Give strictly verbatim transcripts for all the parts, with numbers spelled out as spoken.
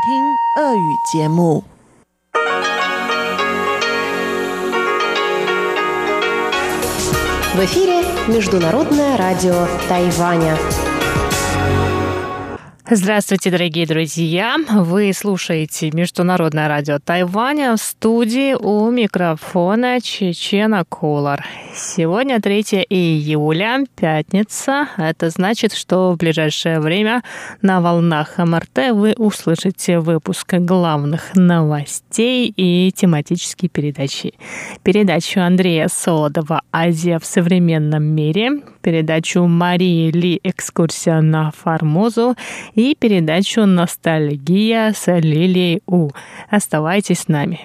听俄语节目。 В эфире Международное радио Тайваня. Здравствуйте, дорогие друзья! Вы слушаете Международное радио Тайваня. В студии у микрофона Чечена Кулар. Сегодня третьего июля, пятница. Это значит, что в ближайшее время на волнах эм эр тэ вы услышите выпуск главных новостей и тематические передачи. Передачу Андрея Солодова «Азия в современном мире», передачу Марии Ли «Экскурсия на Формозу» и передачу «Ностальгия» с Лилией У. Оставайтесь с нами.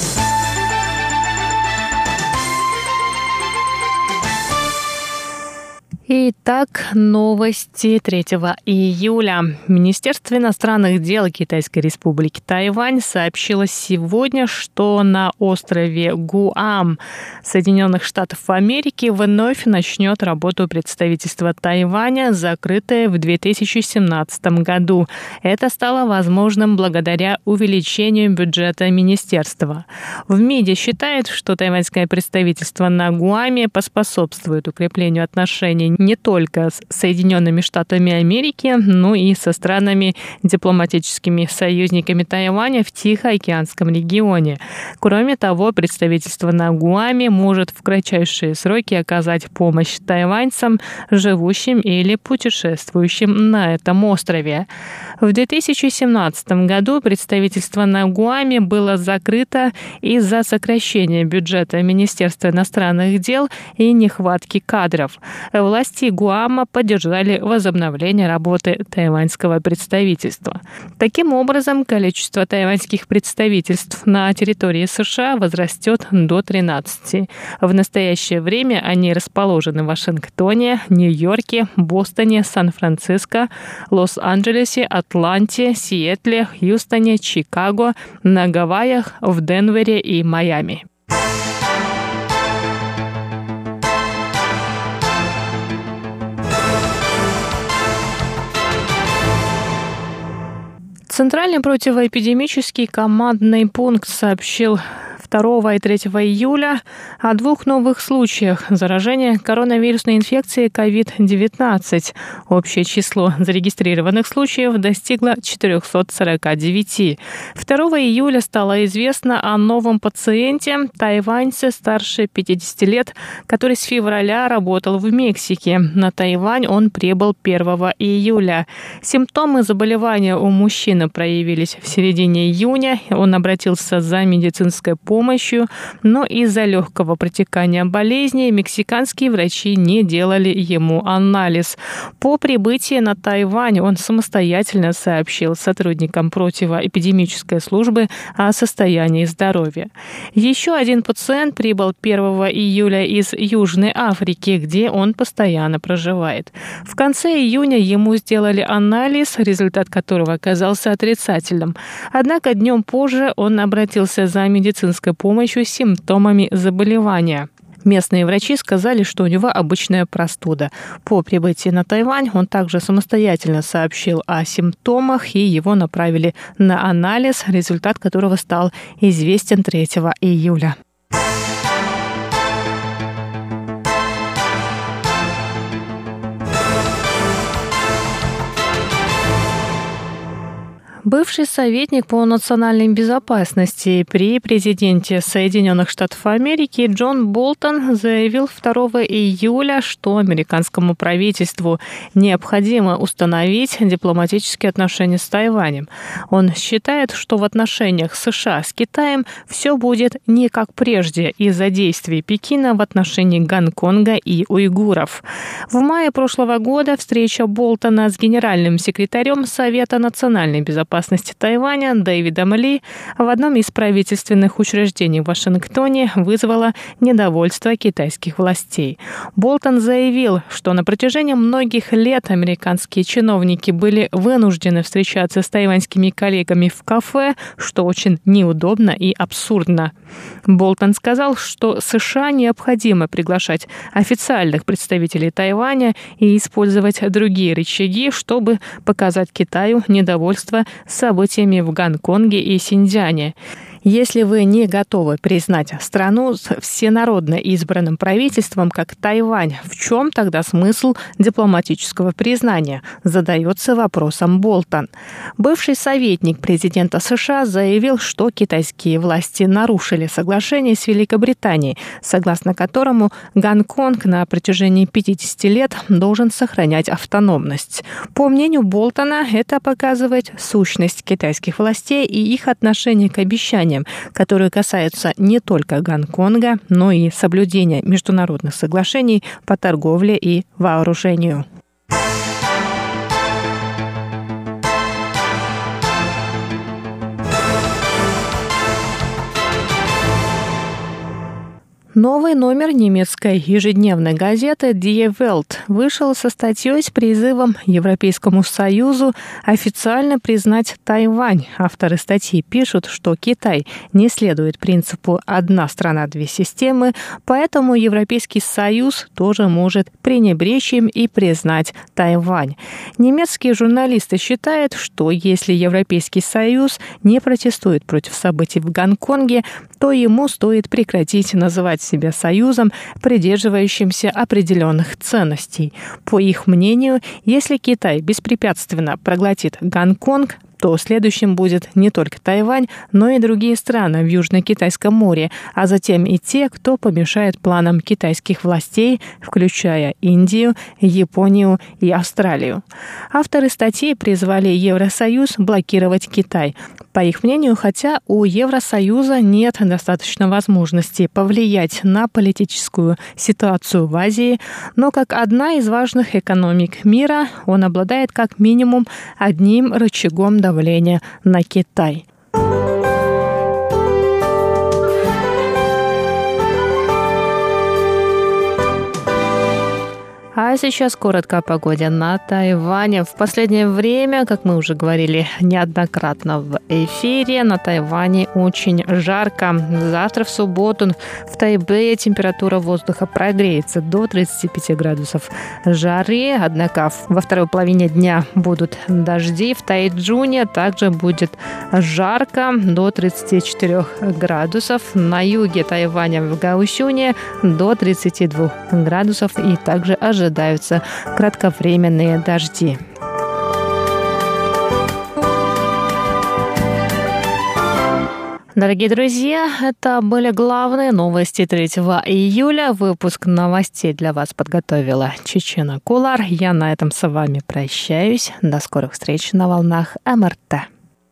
Итак, новости третьего июля. Министерство иностранных дел Китайской республики Тайвань сообщило сегодня, что на острове Гуам Соединенных Штатов Америки вновь начнет работу представительства Тайваня, закрытое в две тысячи семнадцатом году. Это стало возможным благодаря увеличению бюджета министерства. В МИДе считают, что тайваньское представительство на Гуаме поспособствует укреплению отношений не только с Соединенными Штатами Америки, но и со странами, дипломатическими союзниками Тайваня в Тихоокеанском регионе. Кроме того, представительство на Гуаме может в кратчайшие сроки оказать помощь тайваньцам, живущим или путешествующим на этом острове. В две тысячи семнадцатом году представительство на Гуаме было закрыто из-за сокращения бюджета Министерства иностранных дел и нехватки кадров. Власти Гуама поддержали возобновление работы тайваньского представительства. Таким образом, количество тайваньских представительств на территории США возрастет до тринадцати. В настоящее время они расположены в Вашингтоне, Нью-Йорке, Бостоне, Сан-Франциско, Лос-Анджелесе, Атланте, Сиэтле, Хьюстоне, Чикаго, на Гавайях, в Денвере и Майами. Центральный противоэпидемический командный пункт сообщил второго и третьего июля о двух новых случаях заражения коронавирусной инфекцией ковид девятнадцать. Общее число зарегистрированных случаев достигло четырехсот сорока девяти. второго июля стало известно о новом пациенте, тайваньце старше пятидесяти лет, который с февраля работал в Мексике. На Тайвань он прибыл первого июля. Симптомы заболевания у мужчины проявились в середине июня. Он обратился за медицинской помощью. помощью, но из-за легкого протекания болезни мексиканские врачи не делали ему анализ. По прибытии на Тайвань он самостоятельно сообщил сотрудникам противоэпидемической службы о состоянии здоровья. Еще один пациент прибыл первого июля из Южной Африки, где он постоянно проживает. В конце июня ему сделали анализ, результат которого оказался отрицательным. Однако днем позже он обратился за медицинской помощью с симптомами заболевания. Местные врачи сказали, что у него обычная простуда. По прибытии на Тайвань он также самостоятельно сообщил о симптомах, и его направили на анализ, результат которого стал известен третьего июля. Бывший советник по национальной безопасности при президенте Соединенных Штатов Америки Джон Болтон заявил второго июля, что американскому правительству необходимо установить дипломатические отношения с Тайванем. Он считает, что в отношениях США с Китаем все будет не как прежде из-за действий Пекина в отношении Гонконга и уйгуров. В мае прошлого года встреча Болтона с генеральным секретарем Совета национальной безопасности Тайваня Дэвидом Ли в одном из правительственных учреждений в Вашингтоне вызвала недовольство китайских властей. Болтон заявил, что на протяжении многих лет американские чиновники были вынуждены встречаться с тайваньскими коллегами в кафе, что очень неудобно и абсурдно. Болтон сказал, что США необходимо приглашать официальных представителей Тайваня и использовать другие рычаги, чтобы показать Китаю недовольство с событиями в Гонконге и Синьцзяне. Если вы не готовы признать страну с всенародно избранным правительством, как Тайвань, в чем тогда смысл дипломатического признания? Задается вопросом Болтон. Бывший советник президента США заявил, что китайские власти нарушили соглашение с Великобританией, согласно которому Гонконг на протяжении пятидесяти лет должен сохранять автономность. По мнению Болтона, это показывает сущность китайских властей и их отношение к обещаниям, которые касаются не только Гонконга, но и соблюдения международных соглашений по торговле и вооружению. Новый номер немецкой ежедневной газеты Die Welt вышел со статьей с призывом Европейскому Союзу официально признать Тайвань. Авторы статьи пишут, что Китай не следует принципу «одна страна, две системы», поэтому Европейский Союз тоже может пренебречь им и признать Тайвань. Немецкие журналисты считают, что если Европейский Союз не протестует против событий в Гонконге, то ему стоит прекратить называть себя союзом, придерживающимся определенных ценностей. По их мнению, если Китай беспрепятственно проглотит Гонконг, то следующим будет не только Тайвань, но и другие страны в Южно-Китайском море, а затем и те, кто помешает планам китайских властей, включая Индию, Японию и Австралию. Авторы статьи призвали Евросоюз блокировать Китай. По их мнению, хотя у Евросоюза нет достаточно возможностей повлиять на политическую ситуацию в Азии, но как одна из важных экономик мира он обладает как минимум одним рычагом давления на Китай. А сейчас коротко о погоде на Тайване. В последнее время, как мы уже говорили неоднократно в эфире, на Тайване очень жарко. Завтра, в субботу, в Тайбэе температура воздуха прогреется до тридцати пяти градусов жары. Однако во второй половине дня будут дожди. В Тайчжуне также будет жарко до тридцати четырёх градусов. На юге Тайваня в Гаосюне до тридцати двух градусов. И также ожидается ожидаются кратковременные дожди. Дорогие друзья, это были главные новости третьего июля. Выпуск новостей для вас подготовила Чечена Кулар. Я на этом с вами прощаюсь. До скорых встреч на волнах эм эр тэ.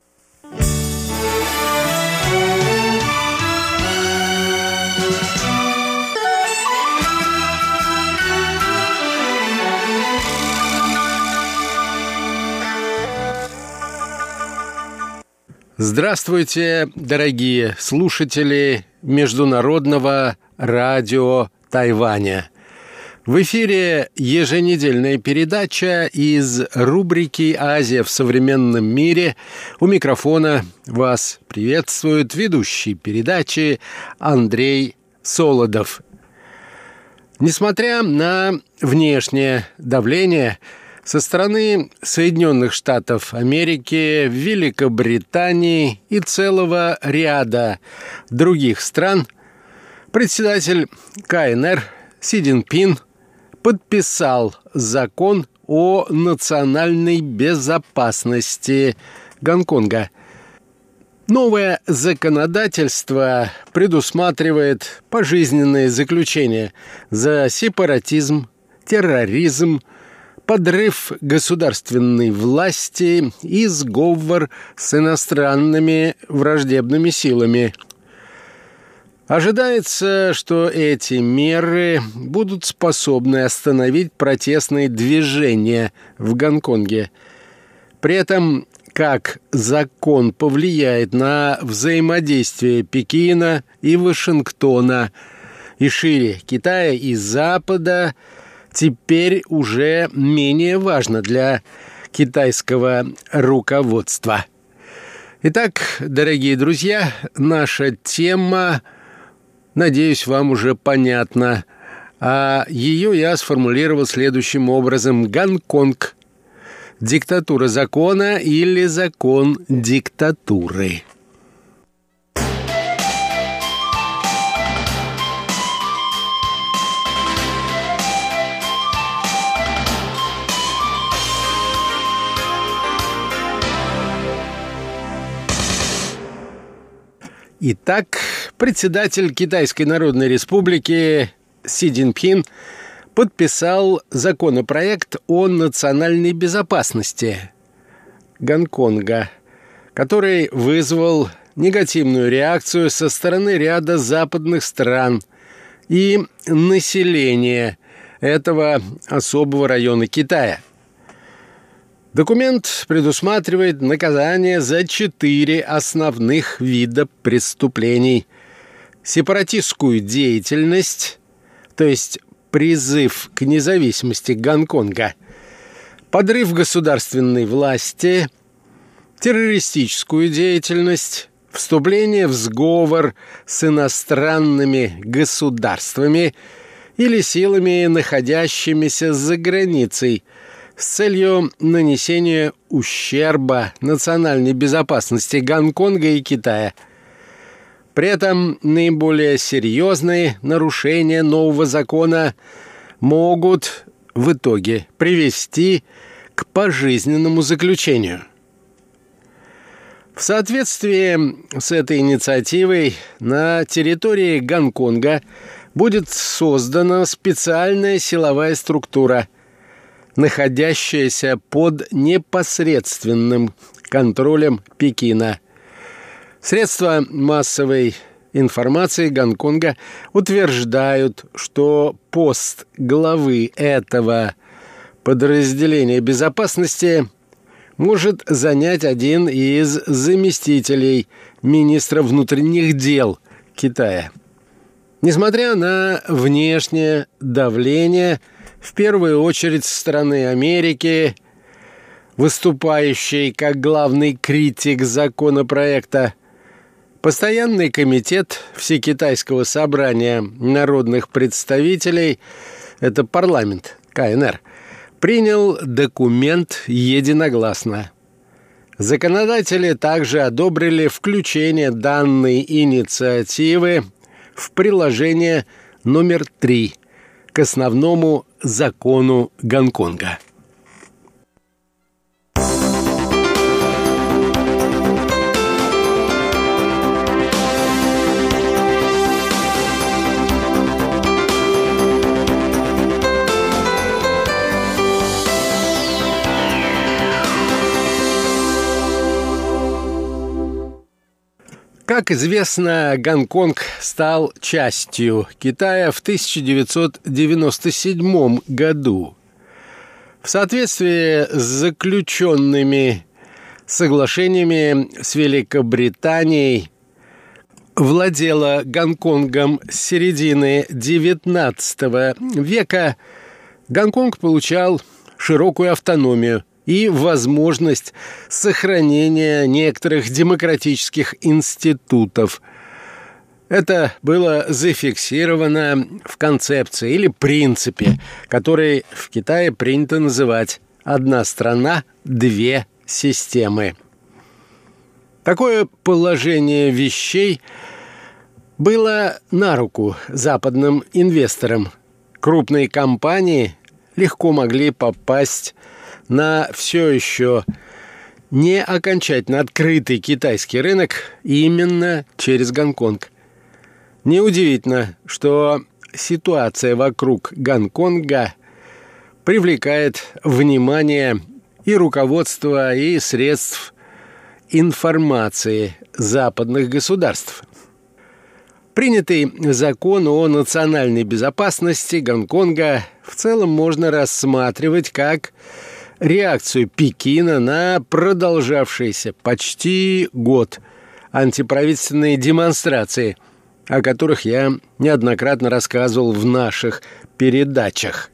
Здравствуйте, дорогие слушатели Международного радио Тайваня. В эфире еженедельная передача из рубрики «Азия в современном мире». У микрофона вас приветствует ведущий передачи Андрей Солодов. Несмотря на внешнее давление со стороны Соединенных Штатов Америки, Великобритании и целого ряда других стран, председатель ка эн эр Си Цзиньпин подписал закон о национальной безопасности Гонконга. Новое законодательство предусматривает пожизненное заключение за сепаратизм, терроризм, подрыв государственной власти и сговор с иностранными враждебными силами. Ожидается, что эти меры будут способны остановить протестные движения в Гонконге. При этом, как закон повлияет на взаимодействие Пекина и Вашингтона, и шире Китая и Запада, теперь уже менее важно для китайского руководства. Итак, дорогие друзья, наша тема, надеюсь, вам уже понятна, а ее я сформулировал следующим образом. Гонконг. диктатура закона или закон диктатуры. Итак, председатель Китайской Народной Республики Си Цзиньпин подписал законопроект о национальной безопасности Гонконга, который вызвал негативную реакцию со стороны ряда западных стран и населения этого особого района Китая. Документ предусматривает наказание за четыре основных вида преступлений: сепаратистскую деятельность, то есть призыв к независимости Гонконга, подрыв государственной власти, террористическую деятельность, вступление в сговор с иностранными государствами или силами, находящимися за границей, с целью нанесения ущерба национальной безопасности Гонконга и Китая. При этом наиболее серьезные нарушения нового закона могут в итоге привести к пожизненному заключению. В соответствии с этой инициативой на территории Гонконга будет создана специальная силовая структура, находящаяся под непосредственным контролем Пекина. Средства массовой информации Гонконга утверждают, что пост главы этого подразделения безопасности может занять один из заместителей министра внутренних дел Китая. Несмотря на внешнее давление, в первую очередь со стороны Америки, выступающей как главный критик законопроекта, Постоянный комитет Всекитайского собрания народных представителей, это парламент Ка Эн Эр, принял документ единогласно. Законодатели также одобрили включение данной инициативы в приложение номер три к основному закону Гонконга. Как известно, Гонконг стал частью Китая в тысяча девятьсот девяносто седьмом году. В соответствии с заключенными соглашениями с Великобританией владела Гонконгом с середины девятнадцатого века, Гонконг получал широкую автономию и возможность сохранения некоторых демократических институтов. Это было зафиксировано в концепции или принципе, который в Китае принято называть «одна страна, две системы». Такое положение вещей было на руку западным инвесторам. Крупные компании легко могли попасть на все еще не окончательно открытый китайский рынок именно через Гонконг. Неудивительно, что ситуация вокруг Гонконга привлекает внимание и руководства, и средств информации западных государств. Принятый закон о национальной безопасности Гонконга в целом можно рассматривать как реакцию Пекина на продолжавшиеся почти год антиправительственные демонстрации, о которых я неоднократно рассказывал в наших передачах.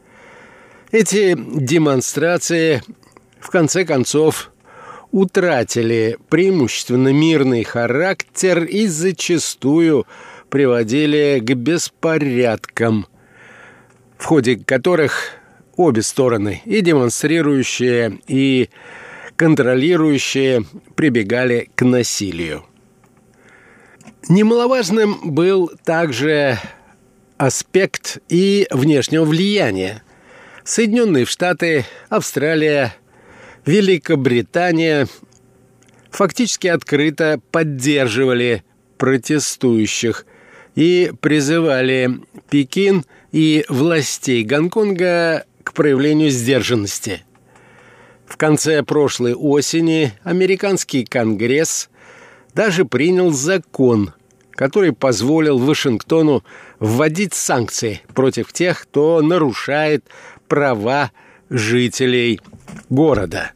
Эти демонстрации, в конце концов, утратили преимущественно мирный характер и зачастую приводили к беспорядкам, в ходе которых обе стороны, и демонстрирующие, и контролирующие, прибегали к насилию. Немаловажным был также аспект и внешнего влияния. Соединенные Штаты, Австралия, Великобритания фактически открыто поддерживали протестующих и призывали Пекин и властей Гонконга к проявлению сдержанности. В конце прошлой осени американский Конгресс даже принял закон, который позволил Вашингтону вводить санкции против тех, кто нарушает права жителей города.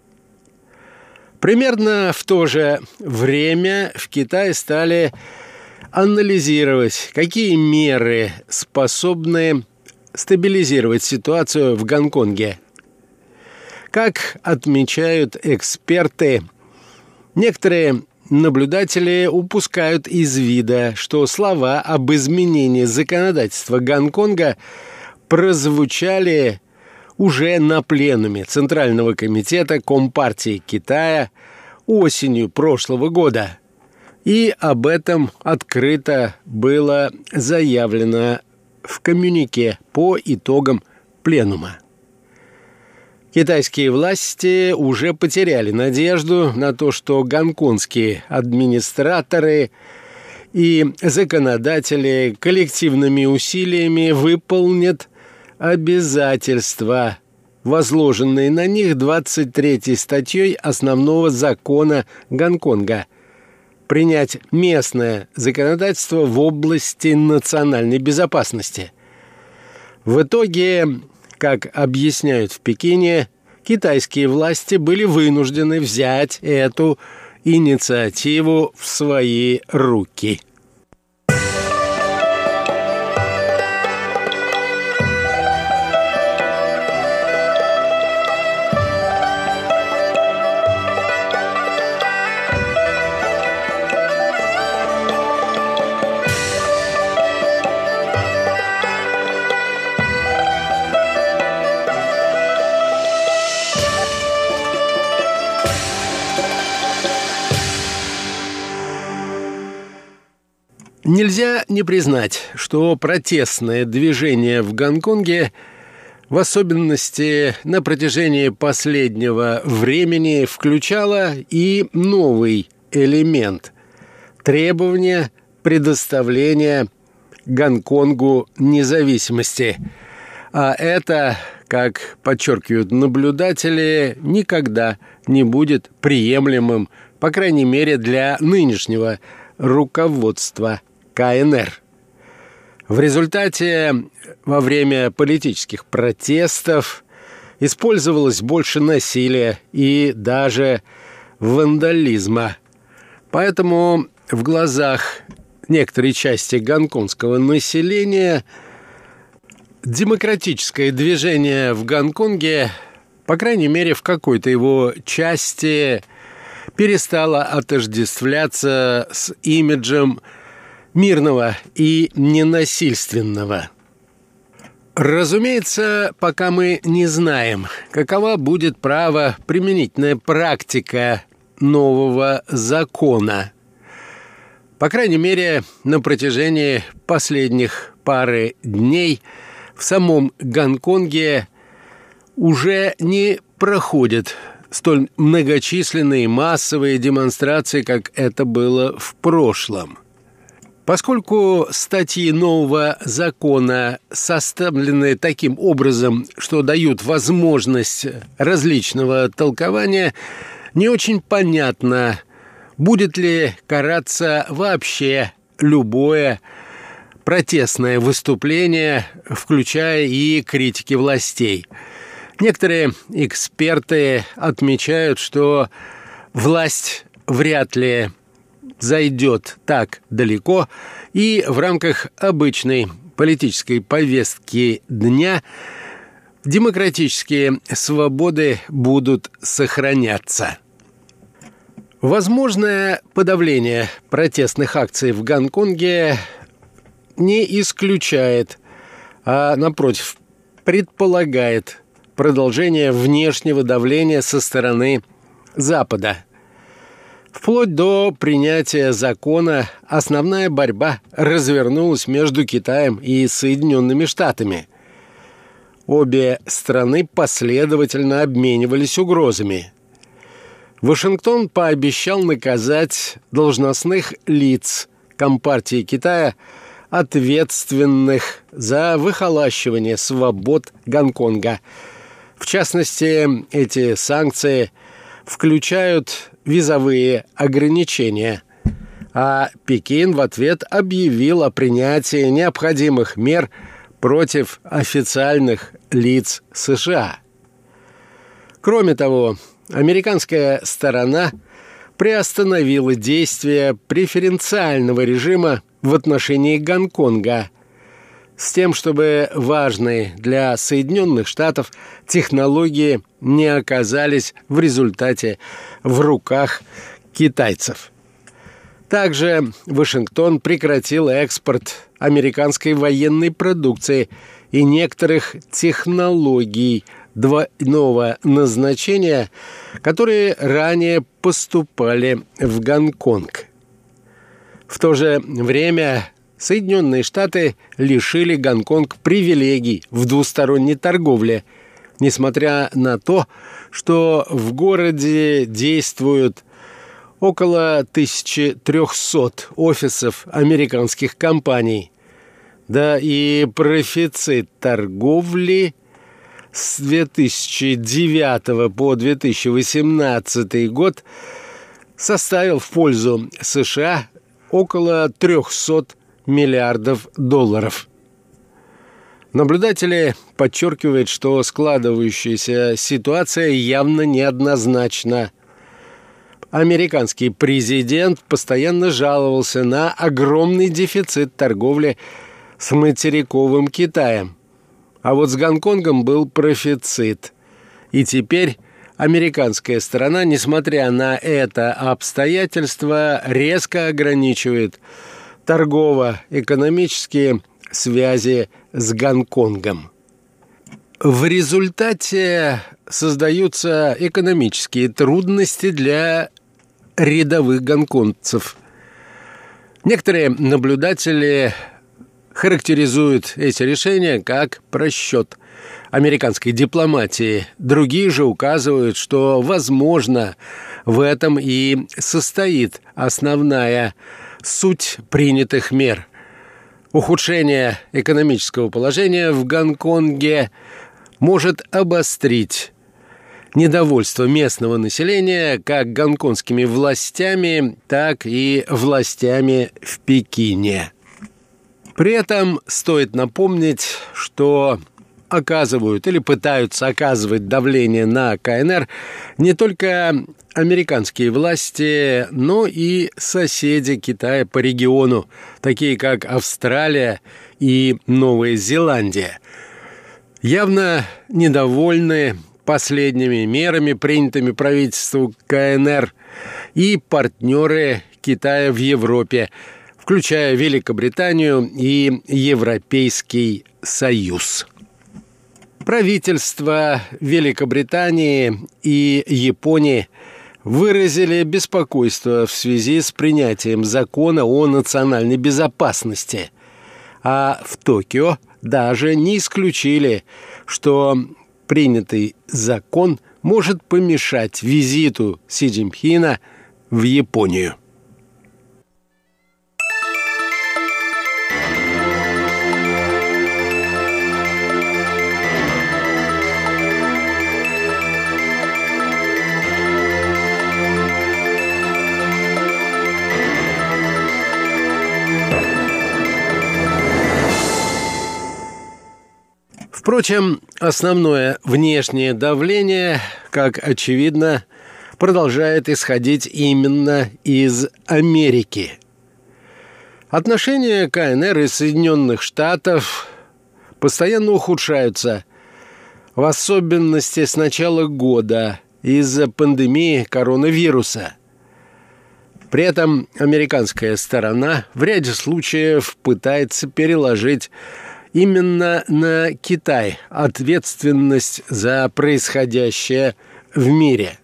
Примерно в то же время в Китае стали анализировать, какие меры способны стабилизировать ситуацию в Гонконге. Как отмечают эксперты, некоторые наблюдатели упускают из вида, что слова об изменении законодательства Гонконга прозвучали уже на пленуме Центрального комитета Компартии Китая осенью прошлого года. И об этом открыто было заявлено в коммюнике по итогам пленума. Китайские власти уже потеряли надежду на то, что гонконгские администраторы и законодатели коллективными усилиями выполнят обязательства, возложенные на них двадцать третьей статьей основного закона Гонконга, принять местное законодательство в области национальной безопасности. В итоге, как объясняют в Пекине, китайские власти были вынуждены взять эту инициативу в свои руки. Нельзя не признать, что протестное движение в Гонконге, в особенности на протяжении последнего времени, включало и новый элемент – требование предоставления Гонконгу независимости. А это, как подчеркивают наблюдатели, никогда не будет приемлемым, по крайней мере, для нынешнего руководства ка эн эр. В результате, во время политических протестов использовалось больше насилия и даже вандализма. Поэтому в глазах некоторой части гонконгского населения демократическое движение в Гонконге, по крайней мере, в какой-то его части, перестало отождествляться с имиджем мирного и ненасильственного. Разумеется, пока мы не знаем, какова будет правоприменительная практика нового закона. По крайней мере, на протяжении последних пары дней в самом Гонконге уже не проходят столь многочисленные массовые демонстрации, как это было в прошлом. Поскольку статьи нового закона составлены таким образом, что дают возможность различного толкования, не очень понятно, будет ли караться вообще любое протестное выступление, включая и критики властей. Некоторые эксперты отмечают, что власть вряд ли зайдет так далеко, и в рамках обычной политической повестки дня демократические свободы будут сохраняться. Возможное подавление протестных акций в Гонконге не исключает, а, напротив, предполагает продолжение внешнего давления со стороны Запада. Вплоть до принятия закона основная борьба развернулась между Китаем и Соединенными Штатами. Обе страны последовательно обменивались угрозами. Вашингтон пообещал наказать должностных лиц Компартии Китая, ответственных за выхолащивание свобод Гонконга. В частности, эти санкции включают визовые ограничения, а Пекин в ответ объявил о принятии необходимых мер против официальных лиц США. Кроме того, американская сторона приостановила действие преференциального режима в отношении Гонконга с тем, чтобы важные для Соединенных Штатов технологии не оказались в результате в руках китайцев. Также Вашингтон прекратил экспорт американской военной продукции и некоторых технологий двойного назначения, которые ранее поступали в Гонконг. В то же время Соединенные Штаты лишили Гонконг привилегий в двусторонней торговле, несмотря на то, что в городе действуют около тысячи трехсот офисов американских компаний. Да и профицит торговли с две тысячи девятого по две тысячи восемнадцатый год составил в пользу США около трехсот миллиардов долларов. Наблюдатели подчеркивают, что складывающаяся ситуация явно неоднозначна. Американский президент постоянно жаловался на огромный дефицит торговли с материковым Китаем. А вот с Гонконгом был профицит. И теперь американская сторона, несмотря на это обстоятельство, резко ограничивает торгово-экономические связи с Гонконгом. В результате создаются экономические трудности для рядовых гонконгцев. Некоторые наблюдатели характеризуют эти решения как просчет американской дипломатии. Другие же указывают, что, возможно, в этом и состоит основная суть принятых мер. Ухудшение экономического положения в Гонконге может обострить недовольство местного населения как гонконгскими властями, так и властями в Пекине. При этом стоит напомнить, что оказывают или пытаются оказывать давление на КНР не только американские власти, но и соседи Китая по региону, такие как Австралия и Новая Зеландия. Явно недовольны последними мерами, принятыми правительством КНР, и партнеры Китая в Европе, включая Великобританию и Европейский Союз. Правительства Великобритании и Японии выразили беспокойство в связи с принятием закона о национальной безопасности, а в Токио даже не исключили, что принятый закон может помешать визиту Си Цзиньпина в Японию. Впрочем, основное внешнее давление, как очевидно, продолжает исходить именно из Америки. Отношения КНР и Соединенных Штатов постоянно ухудшаются, в особенности с начала года из-за пандемии коронавируса. При этом американская сторона в ряде случаев пытается переложить именно на Китай ответственность за происходящее в мире.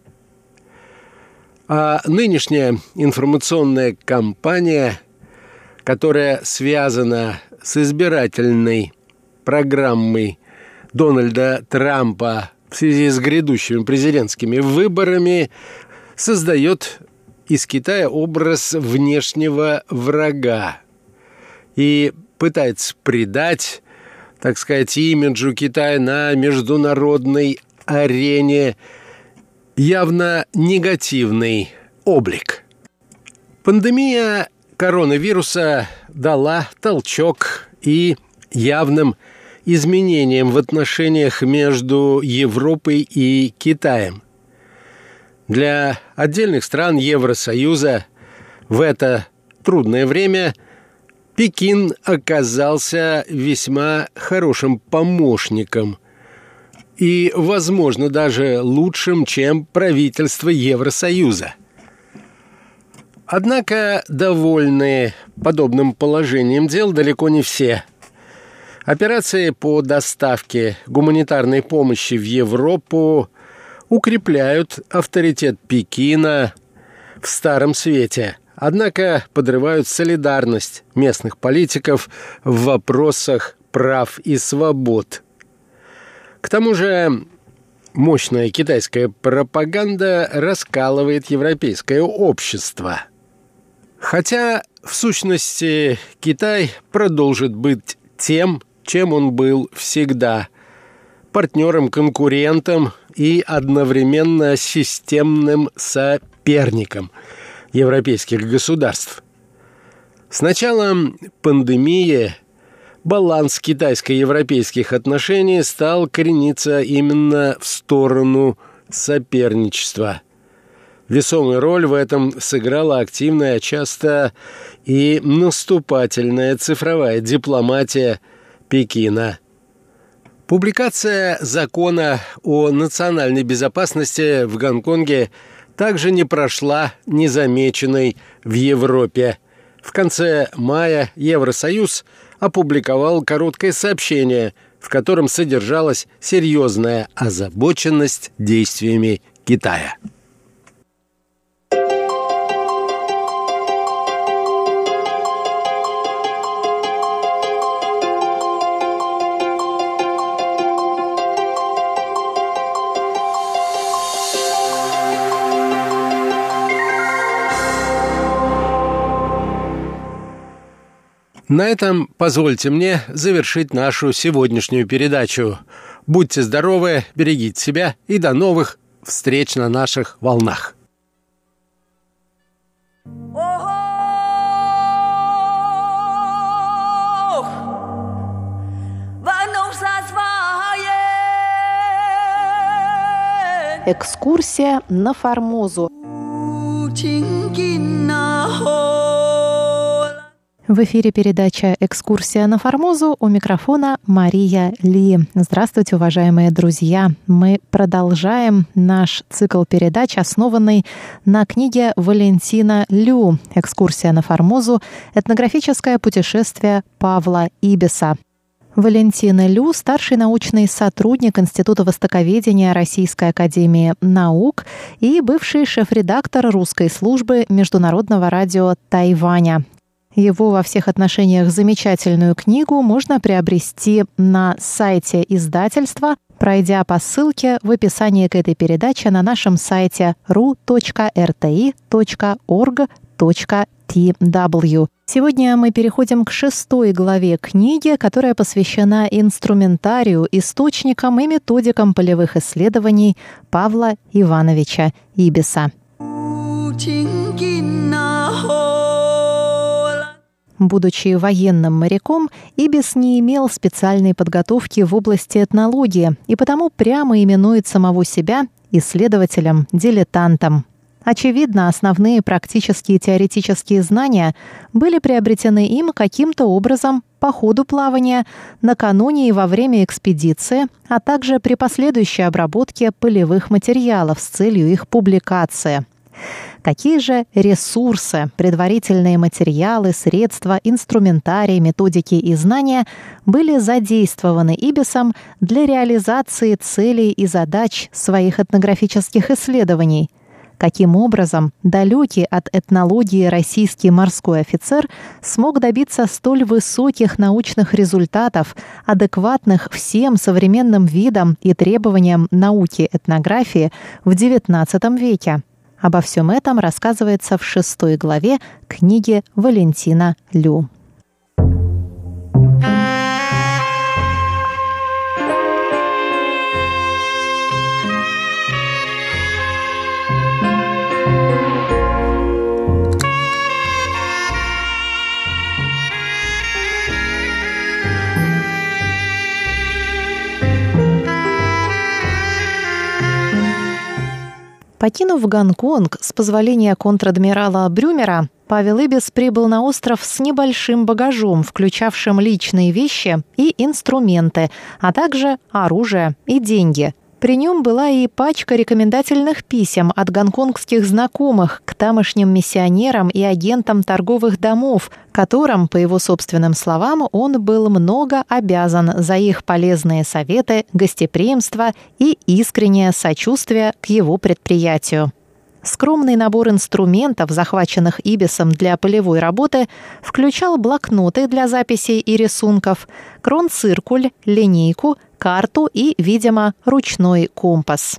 А нынешняя информационная кампания, которая связана с избирательной программой Дональда Трампа в связи с грядущими президентскими выборами, создает из Китая образ внешнего врага и пытается придать, так сказать, имиджу Китая на международной арене явно негативный облик. Пандемия коронавируса дала толчок и явным изменениям в отношениях между Европой и Китаем. Для отдельных стран Евросоюза в это трудное время Пекин оказался весьма хорошим помощником и, возможно, даже лучшим, чем правительство Евросоюза. Однако довольны подобным положением дел далеко не все. Операции по доставке гуманитарной помощи в Европу укрепляют авторитет Пекина в Старом Свете, однако подрывают солидарность местных политиков в вопросах прав и свобод. К тому же мощная китайская пропаганда раскалывает европейское общество. Хотя, в сущности, Китай продолжит быть тем, чем он был всегда – партнером-конкурентом и одновременно системным соперником европейских государств. С началом пандемии баланс китайско-европейских отношений стал крениться именно в сторону соперничества. Весомую роль в этом сыграла активная, часто и наступательная цифровая дипломатия Пекина. Публикация закона о национальной безопасности в Гонконге также не прошла незамеченной в Европе. В конце мая Евросоюз опубликовал короткое сообщение, в котором содержалась серьезная озабоченность действиями Китая. На этом позвольте мне завершить нашу сегодняшнюю передачу. Будьте здоровы, берегите себя и до новых встреч на наших волнах. Экскурсия на Формозу. В эфире передача «Экскурсия на Формозу», у микрофона Мария Ли. Здравствуйте, уважаемые друзья! Мы продолжаем наш цикл передач, основанный на книге Валентина Лю «Экскурсия на Формозу. Этнографическое путешествие Павла Ибиса». Валентина Лю – старший научный сотрудник Института востоковедения Российской академии наук и бывший шеф-редактор русской службы Международного радио Тайваня. Его во всех отношениях замечательную книгу можно приобрести на сайте издательства, пройдя по ссылке в описании к этой передаче на нашем сайте ру точка эр тэ и точка орг точка ти дабл ю. Сегодня мы переходим к шестой главе книги, которая посвящена инструментарию, источникам и методикам полевых исследований Павла Ивановича Ибиса. Будучи военным моряком, Ибис не имел специальной подготовки в области этнологии и потому прямо именует самого себя исследователем-дилетантом. Очевидно, основные практические и теоретические знания были приобретены им каким-то образом по ходу плавания, накануне и во время экспедиции, а также при последующей обработке полевых материалов с целью их публикации. Какие же ресурсы, предварительные материалы, средства, инструментарий, методики и знания были задействованы Ибисом для реализации целей и задач своих этнографических исследований? Каким образом далекий от этнологии российский морской офицер смог добиться столь высоких научных результатов, адекватных всем современным видам и требованиям науки этнографии в девятнадцатом веке? Обо всем этом рассказывается в шестой главе книги Валентина Лю. Покинув Гонконг с позволения контр-адмирала Брюмера, Павел Ибис прибыл на остров с небольшим багажом, включавшим личные вещи и инструменты, а также оружие и деньги. При нем была и пачка рекомендательных писем от гонконгских знакомых к тамошним миссионерам и агентам торговых домов, которым, по его собственным словам, он был много обязан за их полезные советы, гостеприимство и искреннее сочувствие к его предприятию. Скромный набор инструментов, захваченных Ибисом для полевой работы, включал блокноты для записей и рисунков, кронциркуль, линейку, карту и, видимо, ручной компас.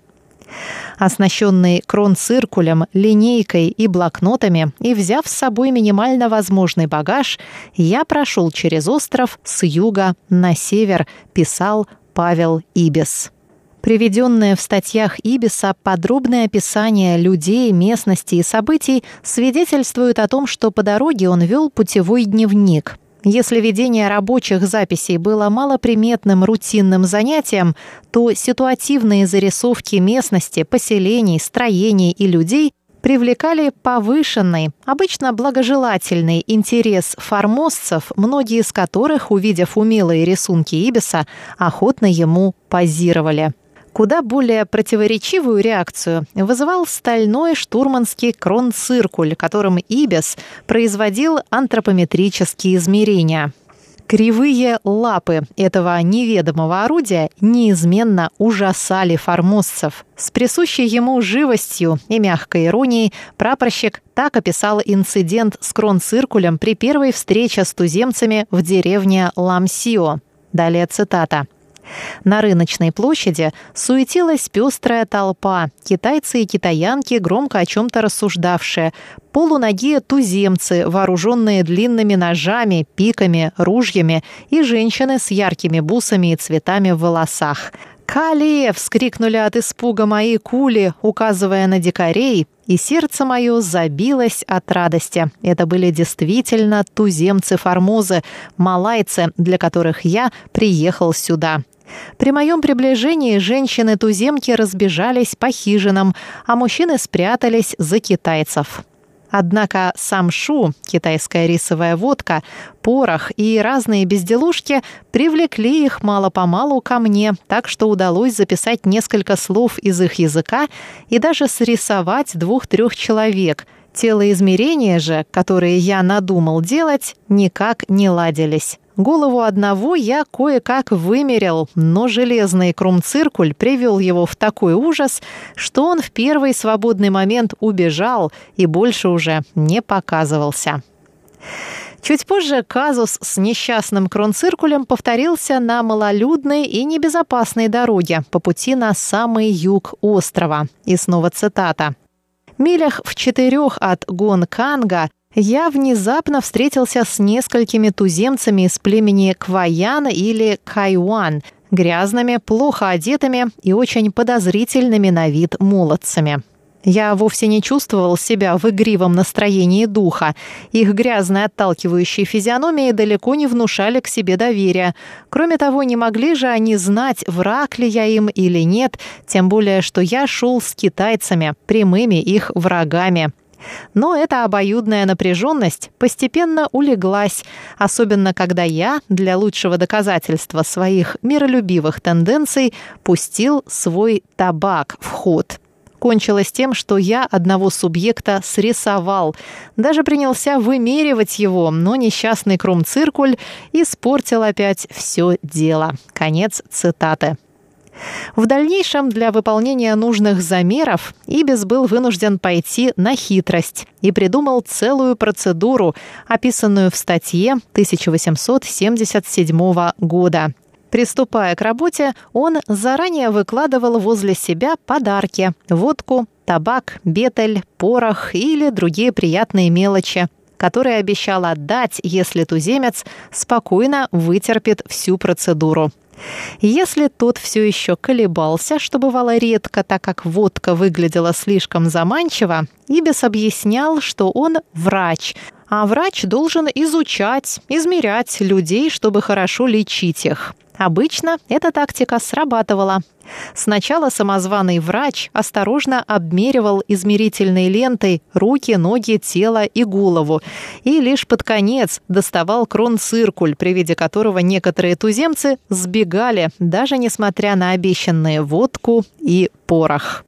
Оснащенный кронциркулем, линейкой и блокнотами и взяв с собой минимально возможный багаж, я прошел через остров с юга на север, писал Павел Ибис. Приведенное в статьях Ибиса подробное описание людей, местности и событий свидетельствует о том, что по дороге он вел путевой дневник. Если ведение рабочих записей было малоприметным рутинным занятием, то ситуативные зарисовки местности, поселений, строений и людей привлекали повышенный, обычно благожелательный интерес формозцев, многие из которых, увидев умелые рисунки Ибиса, охотно ему позировали. Куда более противоречивую реакцию вызывал стальной штурманский кронциркуль, которым Ибис производил антропометрические измерения. Кривые лапы этого неведомого орудия неизменно ужасали формозцев. С присущей ему живостью и мягкой иронией прапорщик так описал инцидент с кронциркулем при первой встрече с туземцами в деревне Ламсио. Далее цитата. На рыночной площади суетилась пестрая толпа, китайцы и китаянки, громко о чем-то рассуждавшие, полуногие туземцы, вооруженные длинными ножами, пиками, ружьями, и женщины с яркими бусами и цветами в волосах. «Кали!» — вскрикнули от испуга мои кули, указывая на дикарей, и сердце мое забилось от радости. Это были действительно туземцы Формозы, малайцы, для которых я приехал сюда. При моем приближении женщины-туземки разбежались по хижинам, а мужчины спрятались за китайцев. Однако самшу, китайская рисовая водка, порох и разные безделушки привлекли их мало-помалу ко мне, так что удалось записать несколько слов из их языка и даже срисовать двух-трех человек. Телоизмерения же, которые я надумал делать, никак не ладились. Голову одного я кое-как вымерил, но железный кронциркуль привел его в такой ужас, что он в первый свободный момент убежал и больше уже не показывался. Чуть позже казус с несчастным кронциркулем повторился на малолюдной и небезопасной дороге по пути на самый юг острова. И снова цитата. «Милях в четырех от Гонканга я внезапно встретился с несколькими туземцами из племени Кваян или Кайуан, грязными, плохо одетыми и очень подозрительными на вид молодцами. Я вовсе не чувствовал себя в игривом настроении духа. Их грязные отталкивающие физиономии далеко не внушали к себе доверия. Кроме того, не могли же они знать, враг ли я им или нет, тем более, что я шел с китайцами, прямыми их врагами. Но эта обоюдная напряженность постепенно улеглась, особенно когда я, для лучшего доказательства своих миролюбивых тенденций, пустил свой табак в ход. кончилось тем, что я одного субъекта срисовал. Даже принялся вымеривать его, но несчастный кромциркуль испортил опять все дело. Конец цитаты. В дальнейшем для выполнения нужных замеров Ибис был вынужден пойти на хитрость и придумал целую процедуру, описанную в статье тысяча восемьсот семьдесят седьмого года. Приступая к работе, он заранее выкладывал возле себя подарки – водку, табак, бетель, порох или другие приятные мелочи, которые обещал отдать, если туземец спокойно вытерпит всю процедуру. Если тот все еще колебался, что бывало редко, так как водка выглядела слишком заманчиво, Ибис объяснял, что он врач, а врач должен изучать, измерять людей, чтобы хорошо лечить их. Обычно эта тактика срабатывала. Сначала самозваный врач осторожно обмеривал измерительной лентой руки, ноги, тело и голову, и лишь под конец доставал кронциркуль, при виде которого некоторые туземцы сбегали, даже несмотря на обещанные водку и порох.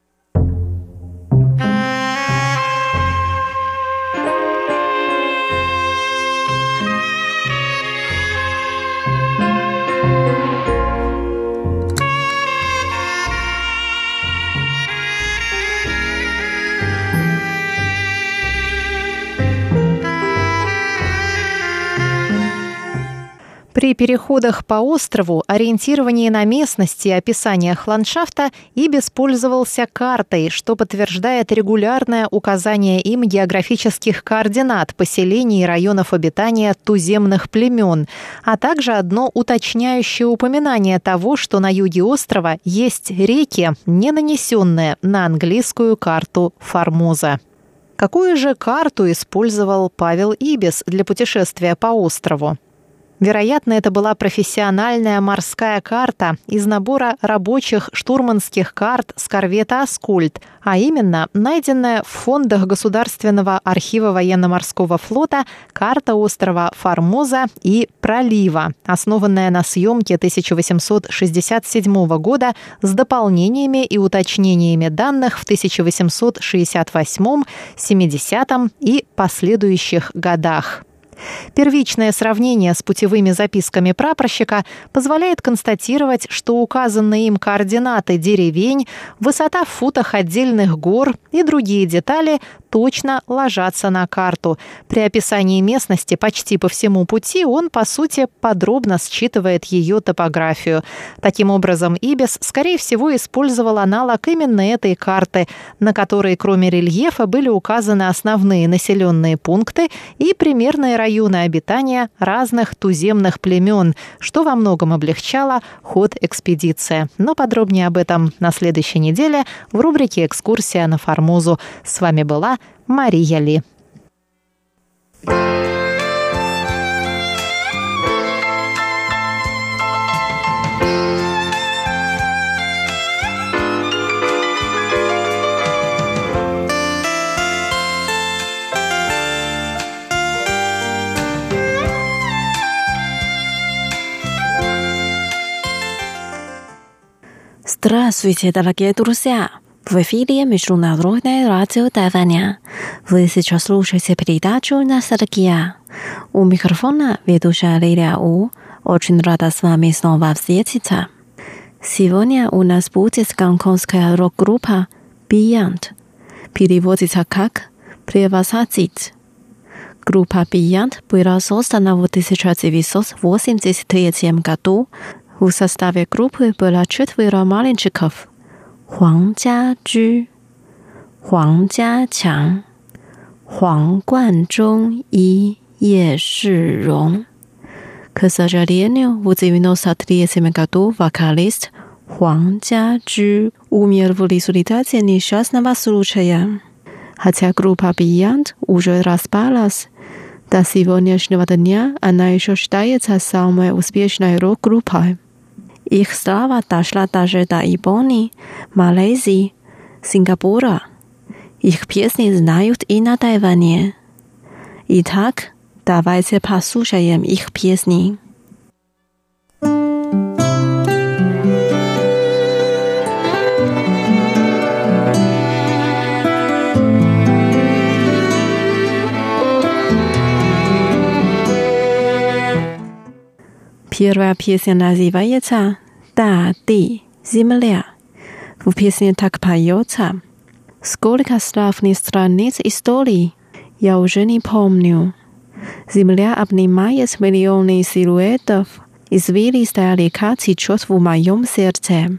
При переходах по острову, ориентировании на местности и описаниях ландшафта Ибис пользовался картой, что подтверждает регулярное указание им географических координат поселений и районов обитания туземных племен, а также одно уточняющее упоминание того, что на юге острова есть реки, не нанесенные на английскую карту Формоза. Какую же карту использовал Павел Ибис для путешествия по острову? Вероятно, это была профессиональная морская карта из набора рабочих штурманских карт с корвета «Аскольд», а именно найденная в фондах Государственного архива военно-морского флота карта острова Формоза и пролива, основанная на съемке тысяча восемьсот шестьдесят седьмого года с дополнениями и уточнениями данных в тысяча восемьсот шестьдесят восьмом, семидесятом и последующих годах. Первичное сравнение с путевыми записками прапорщика позволяет констатировать, что указанные им координаты деревень, высота в футах отдельных гор и другие детали точно ложатся на карту. При описании местности почти по всему пути он, по сути, подробно считывает ее топографию. Таким образом, Ибис, скорее всего, использовал аналог именно этой карты, на которой, кроме рельефа, были указаны основные населенные пункты и примерные районы обитания разных туземных племен, что во многом облегчало ход экспедиции. Но подробнее об этом на следующей неделе в рубрике «Экскурсия на Формозу». С вами была Мария Ли. Здравствуйте, дорогие друзья! В эфире Международное радио Тайваня. Вы сейчас слушаете передачу «Ностальгия». У микрофона ведущая Лилия У. Очень рада с вами снова встретиться. Сегодня у нас будет гонконгская рок-группа Beyond. Переводится как «превосходить». Группа Beyond была создана в тысяча девятьсот восемьдесят третьем году. В составе группы было четверо мальчиков: Хуан Jiaju, Хуан Jiaqiang, Хуан Guanzhong и Ye Shirong. К сожалению, в девяносто третьем году вокалист Хуан Jiaju умер в результате несчастного случая. Хотя группа Beyond уже распалась, до сегодняшнего дня она еще считается самой успешной рок-группой. Их слава дошла даже до Японии, Малайзии, Сингапура. Их песни знают и на Тайване. Итак, давайте послушаем их песни. Первая песня называется «Да, ты, земля». В песне так поется: «Сколько славных страниц истории, я уже не помню. Земля обнимает миллионы силуэтов, извилистая река течет в моем сердце».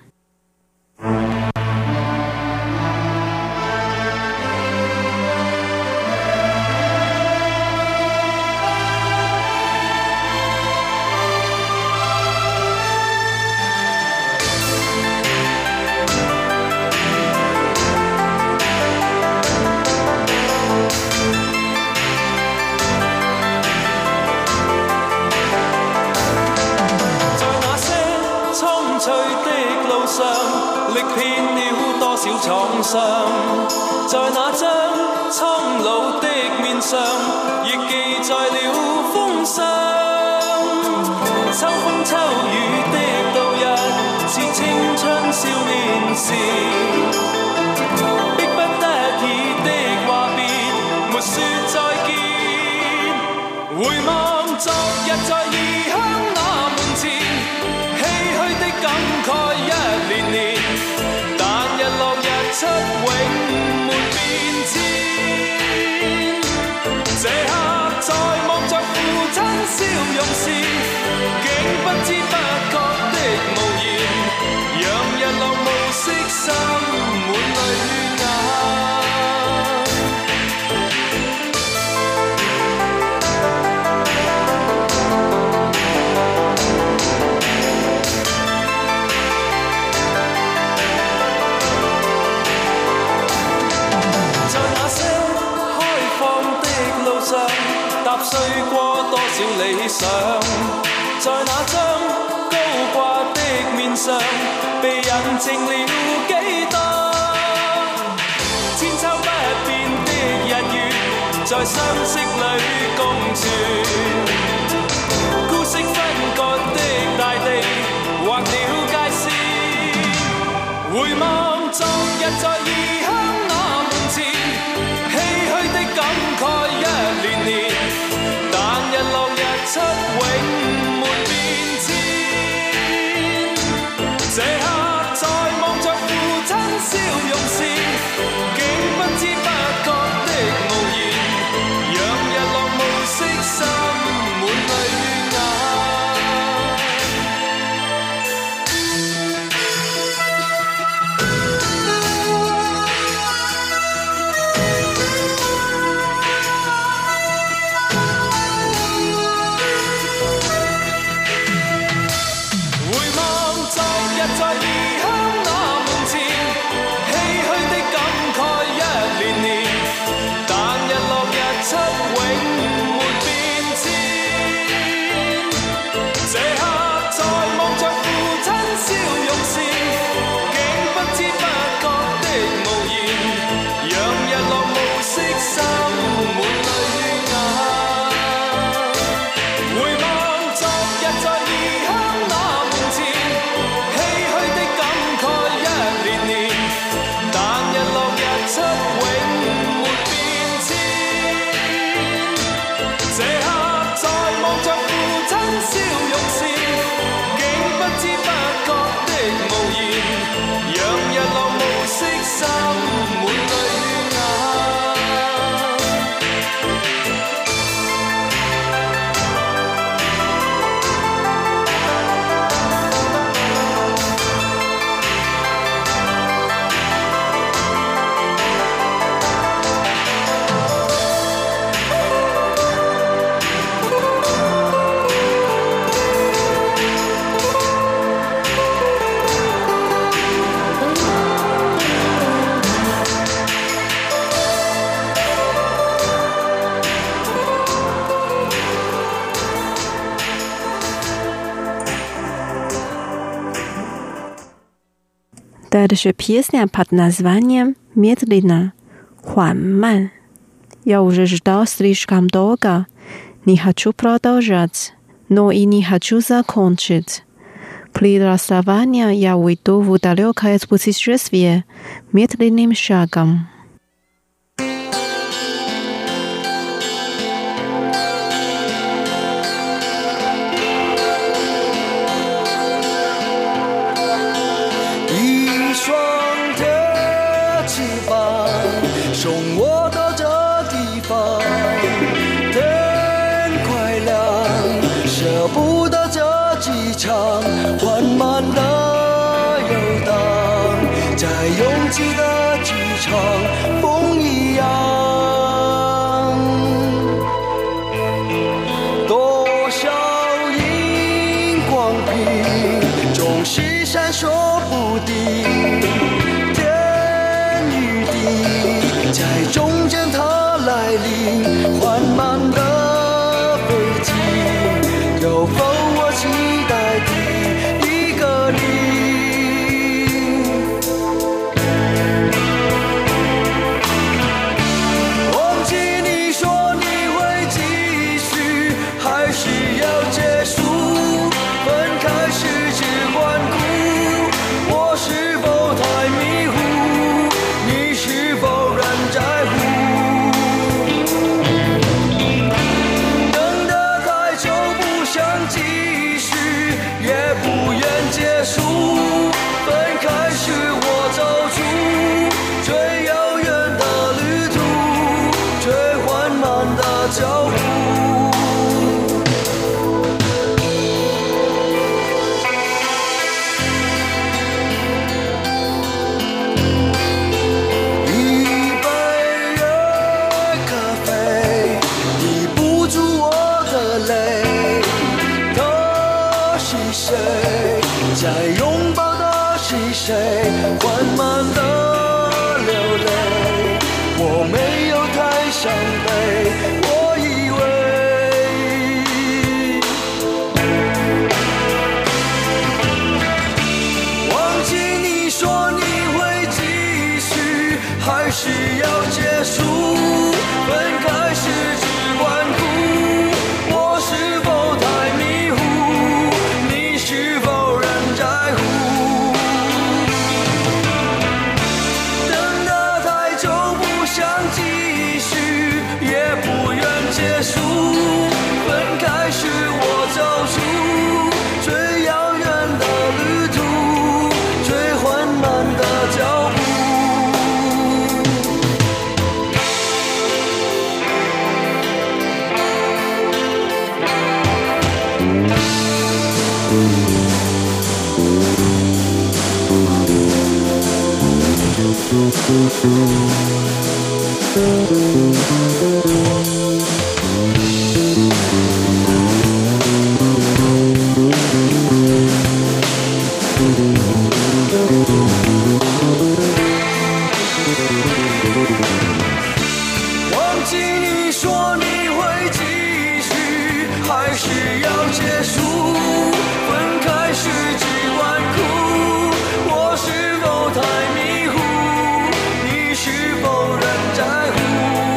Дальше песня под названием «Медленно», «Хуан Ман». Я уже ждал слишком долго. Не хочу продолжать, но и не хочу закончить. При расставании я уйду в далекое путешествие медленным шагом. 说不定，天与地在中间它来临，缓慢的飞机，有否我期待的一个你？忘记你说你会继续，还是要结束？分开时只管哭，我是否太迷糊？你是否仍在乎？等得太久不想继续，也不愿结束。分开时我走出最遥远的旅途，最缓慢的脚步。在拥抱的是谁？缓慢的流泪，我没有太伤悲，我以为忘记你说你会继续，还是要结束？分开时只管哭，我是否太迷糊？你是否结束？分开时我走出最遥远的旅途，最缓慢的脚步。忘记你说你会继续，还是要结束？分开时只管哭，我是否太迷糊？你是否仍在乎？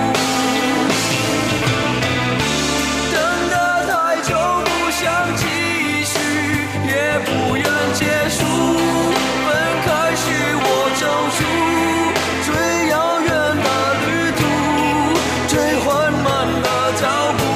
等得太久不想继续，也不愿结束。分开时我走出最遥远的旅途，最缓慢的脚步。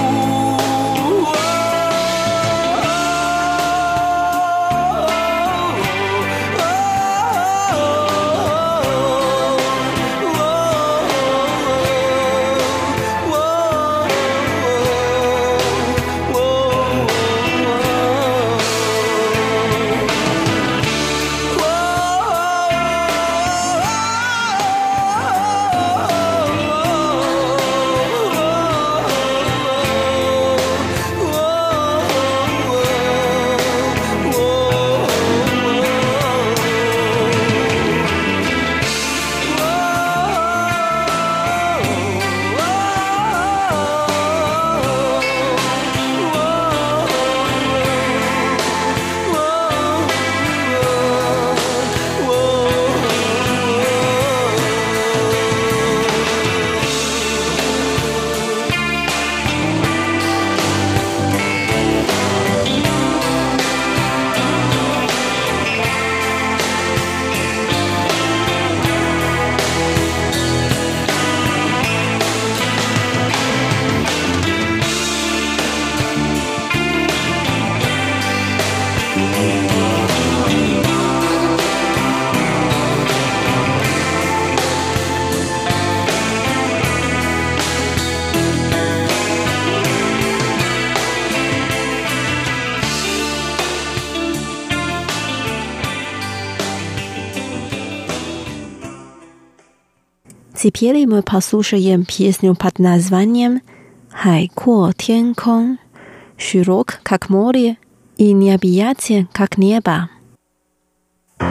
Теперь мы послушаем песню под названием «Хайко Тенкон», широк, как море, и необъятен, как небо.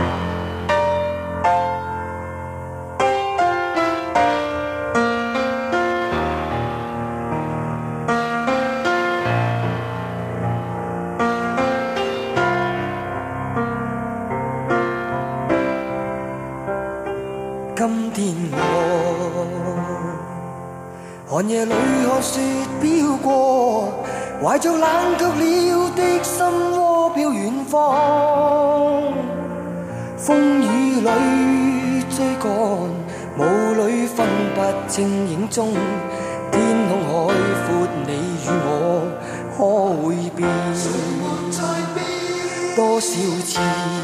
寒夜裏看雪飄過，懷着冷卻了的心窩飄遠方。風雨裏追趕，霧裏分不清影蹤。天空海闊，你與我可會變？多少次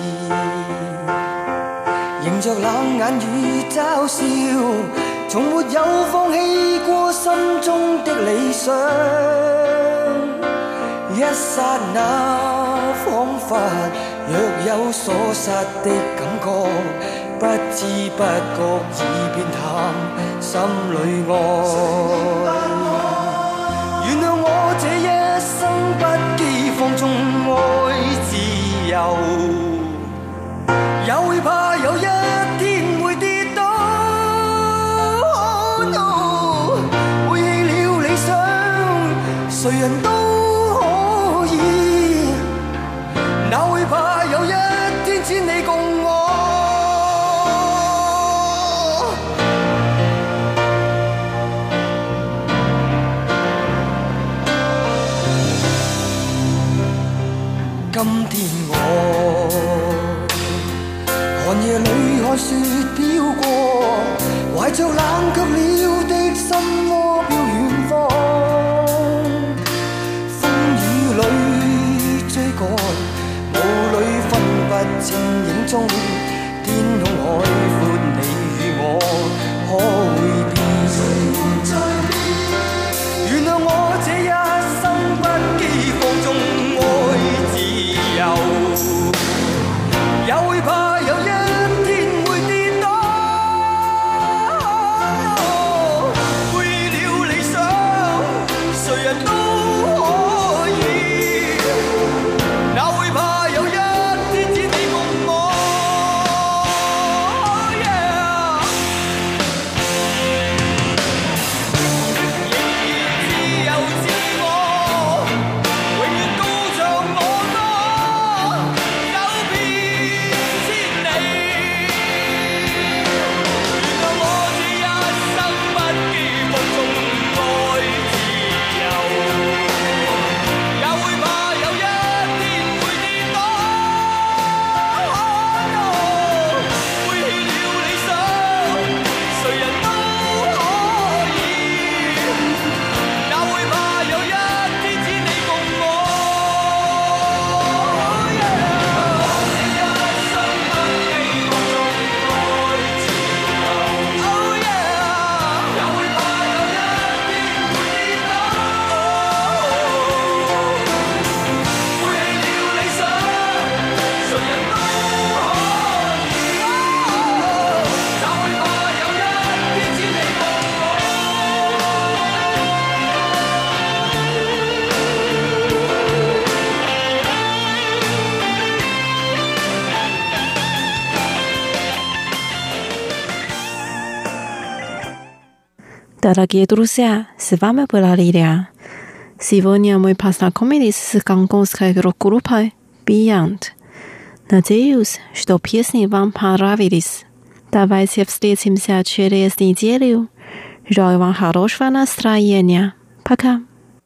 迎着冷眼與嘲笑，從沒有放棄過心中的理想。一剎那彷彿若有所失的感覺，不知不覺已變淡心裏愛。原諒我這一生不羈放縱愛自由，也會怕有一天會跌倒。Oh no， 背棄了理想，誰人都可以，哪會怕有一天只你共我。今天我寒夜裏看雪飄過，懷着冷卻了的心窩飄遠方。風雨裏追趕，霧裏分不清影蹤。天空海闊，你與我可會變？原諒我這一生不羈放縱愛自由，也會怕有一天會跌倒。背了理想，誰人都可以，哪會怕有一天只你共我。Oh yeah， 仍然自由自我，永遠高唱我歌，走遍千里。原諒我這一生不羈放縱愛自由，也會怕有一天會跌倒。Oh no， 背棄了理想，誰人都可以，哪會怕有一天只你共我。Oh yeah， 這一生不羈放縱愛自由。Oh yeah， 也會怕有一天會跌倒。背棄了理想，誰人都可以，哪會怕有一天只你共我。 Дорогие друзья, с вами была Лилия. Сегодня мы познакомились с гонконгской рок-группой Beyond. Надеюсь, что песни вам понравились. Давайте встретимся через неделю. Желаю вам хорошего настроения. Пока.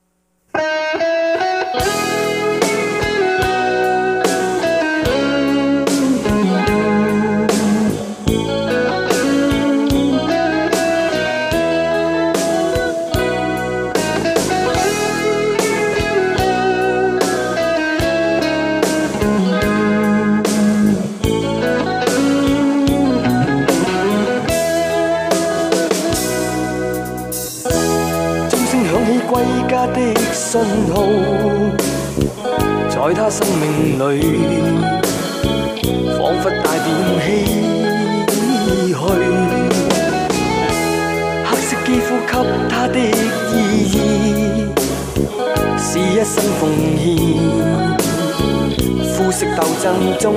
歸家的信號，在他生命裏，彷彿帶點唏噓。黑色肌膚給他的意義，是一生奉獻，膚色鬥爭中，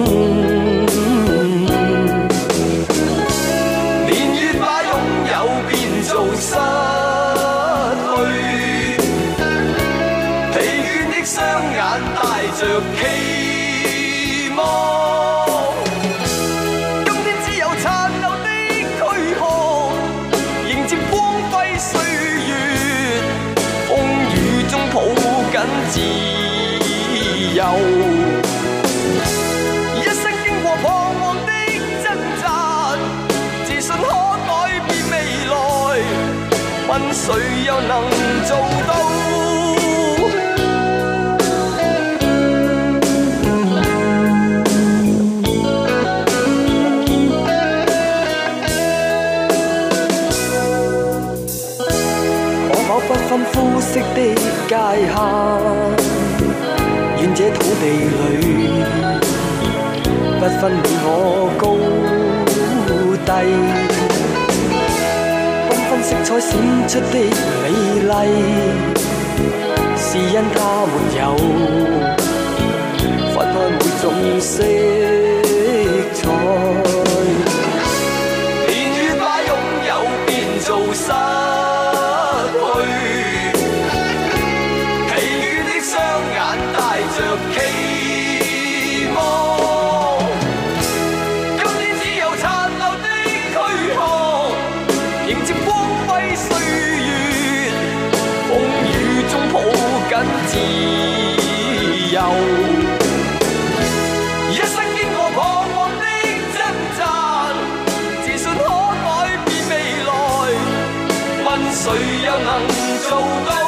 年月把擁有變做失去。雙眼帶着期望，今天只有殘留的軀殼，迎接光輝歲月。 自由。一生經過彷徨的掙扎，自信可改變未來，問誰又能做到？不分膚色的界限，願這土地裏不分你我高低，繽紛色彩閃出的美麗，是因它沒有分開每種色彩，年月把擁有變做失着期望，今天只有殘留的軀殼，迎接光輝歲月，風雨中抱緊自由。一生經過彷徨的掙扎，自信可改變未來，問誰又能做到？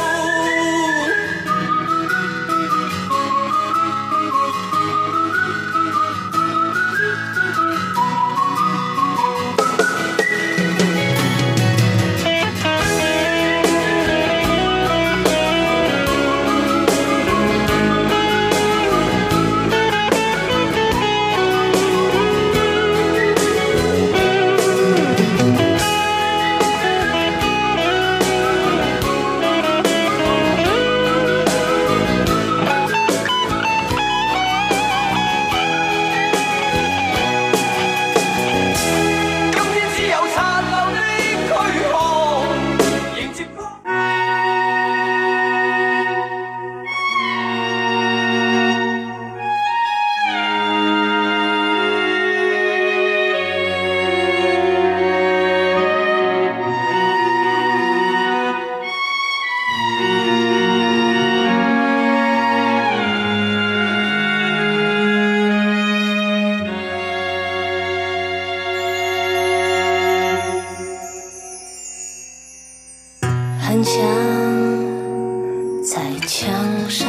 很想在牆上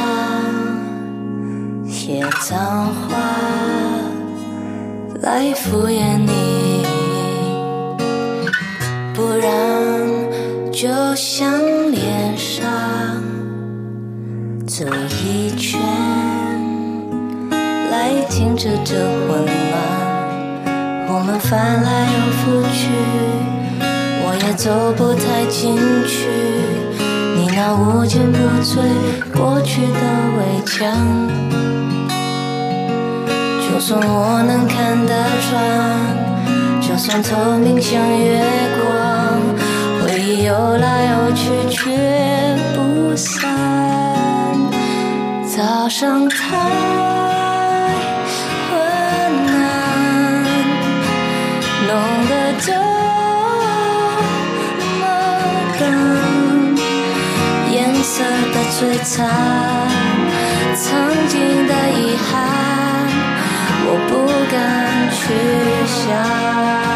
写脏话来敷衍你，不然就像脸上走一圈来停止这混乱，我们翻来又覆去，我也走不太进去，你那无坚不摧过去的围墙，就算我能看得穿，就算透明像月光，回忆游来游去却不散，早上太昏暗，弄得这颜色的摧残，曾经的遗憾，我不敢去想。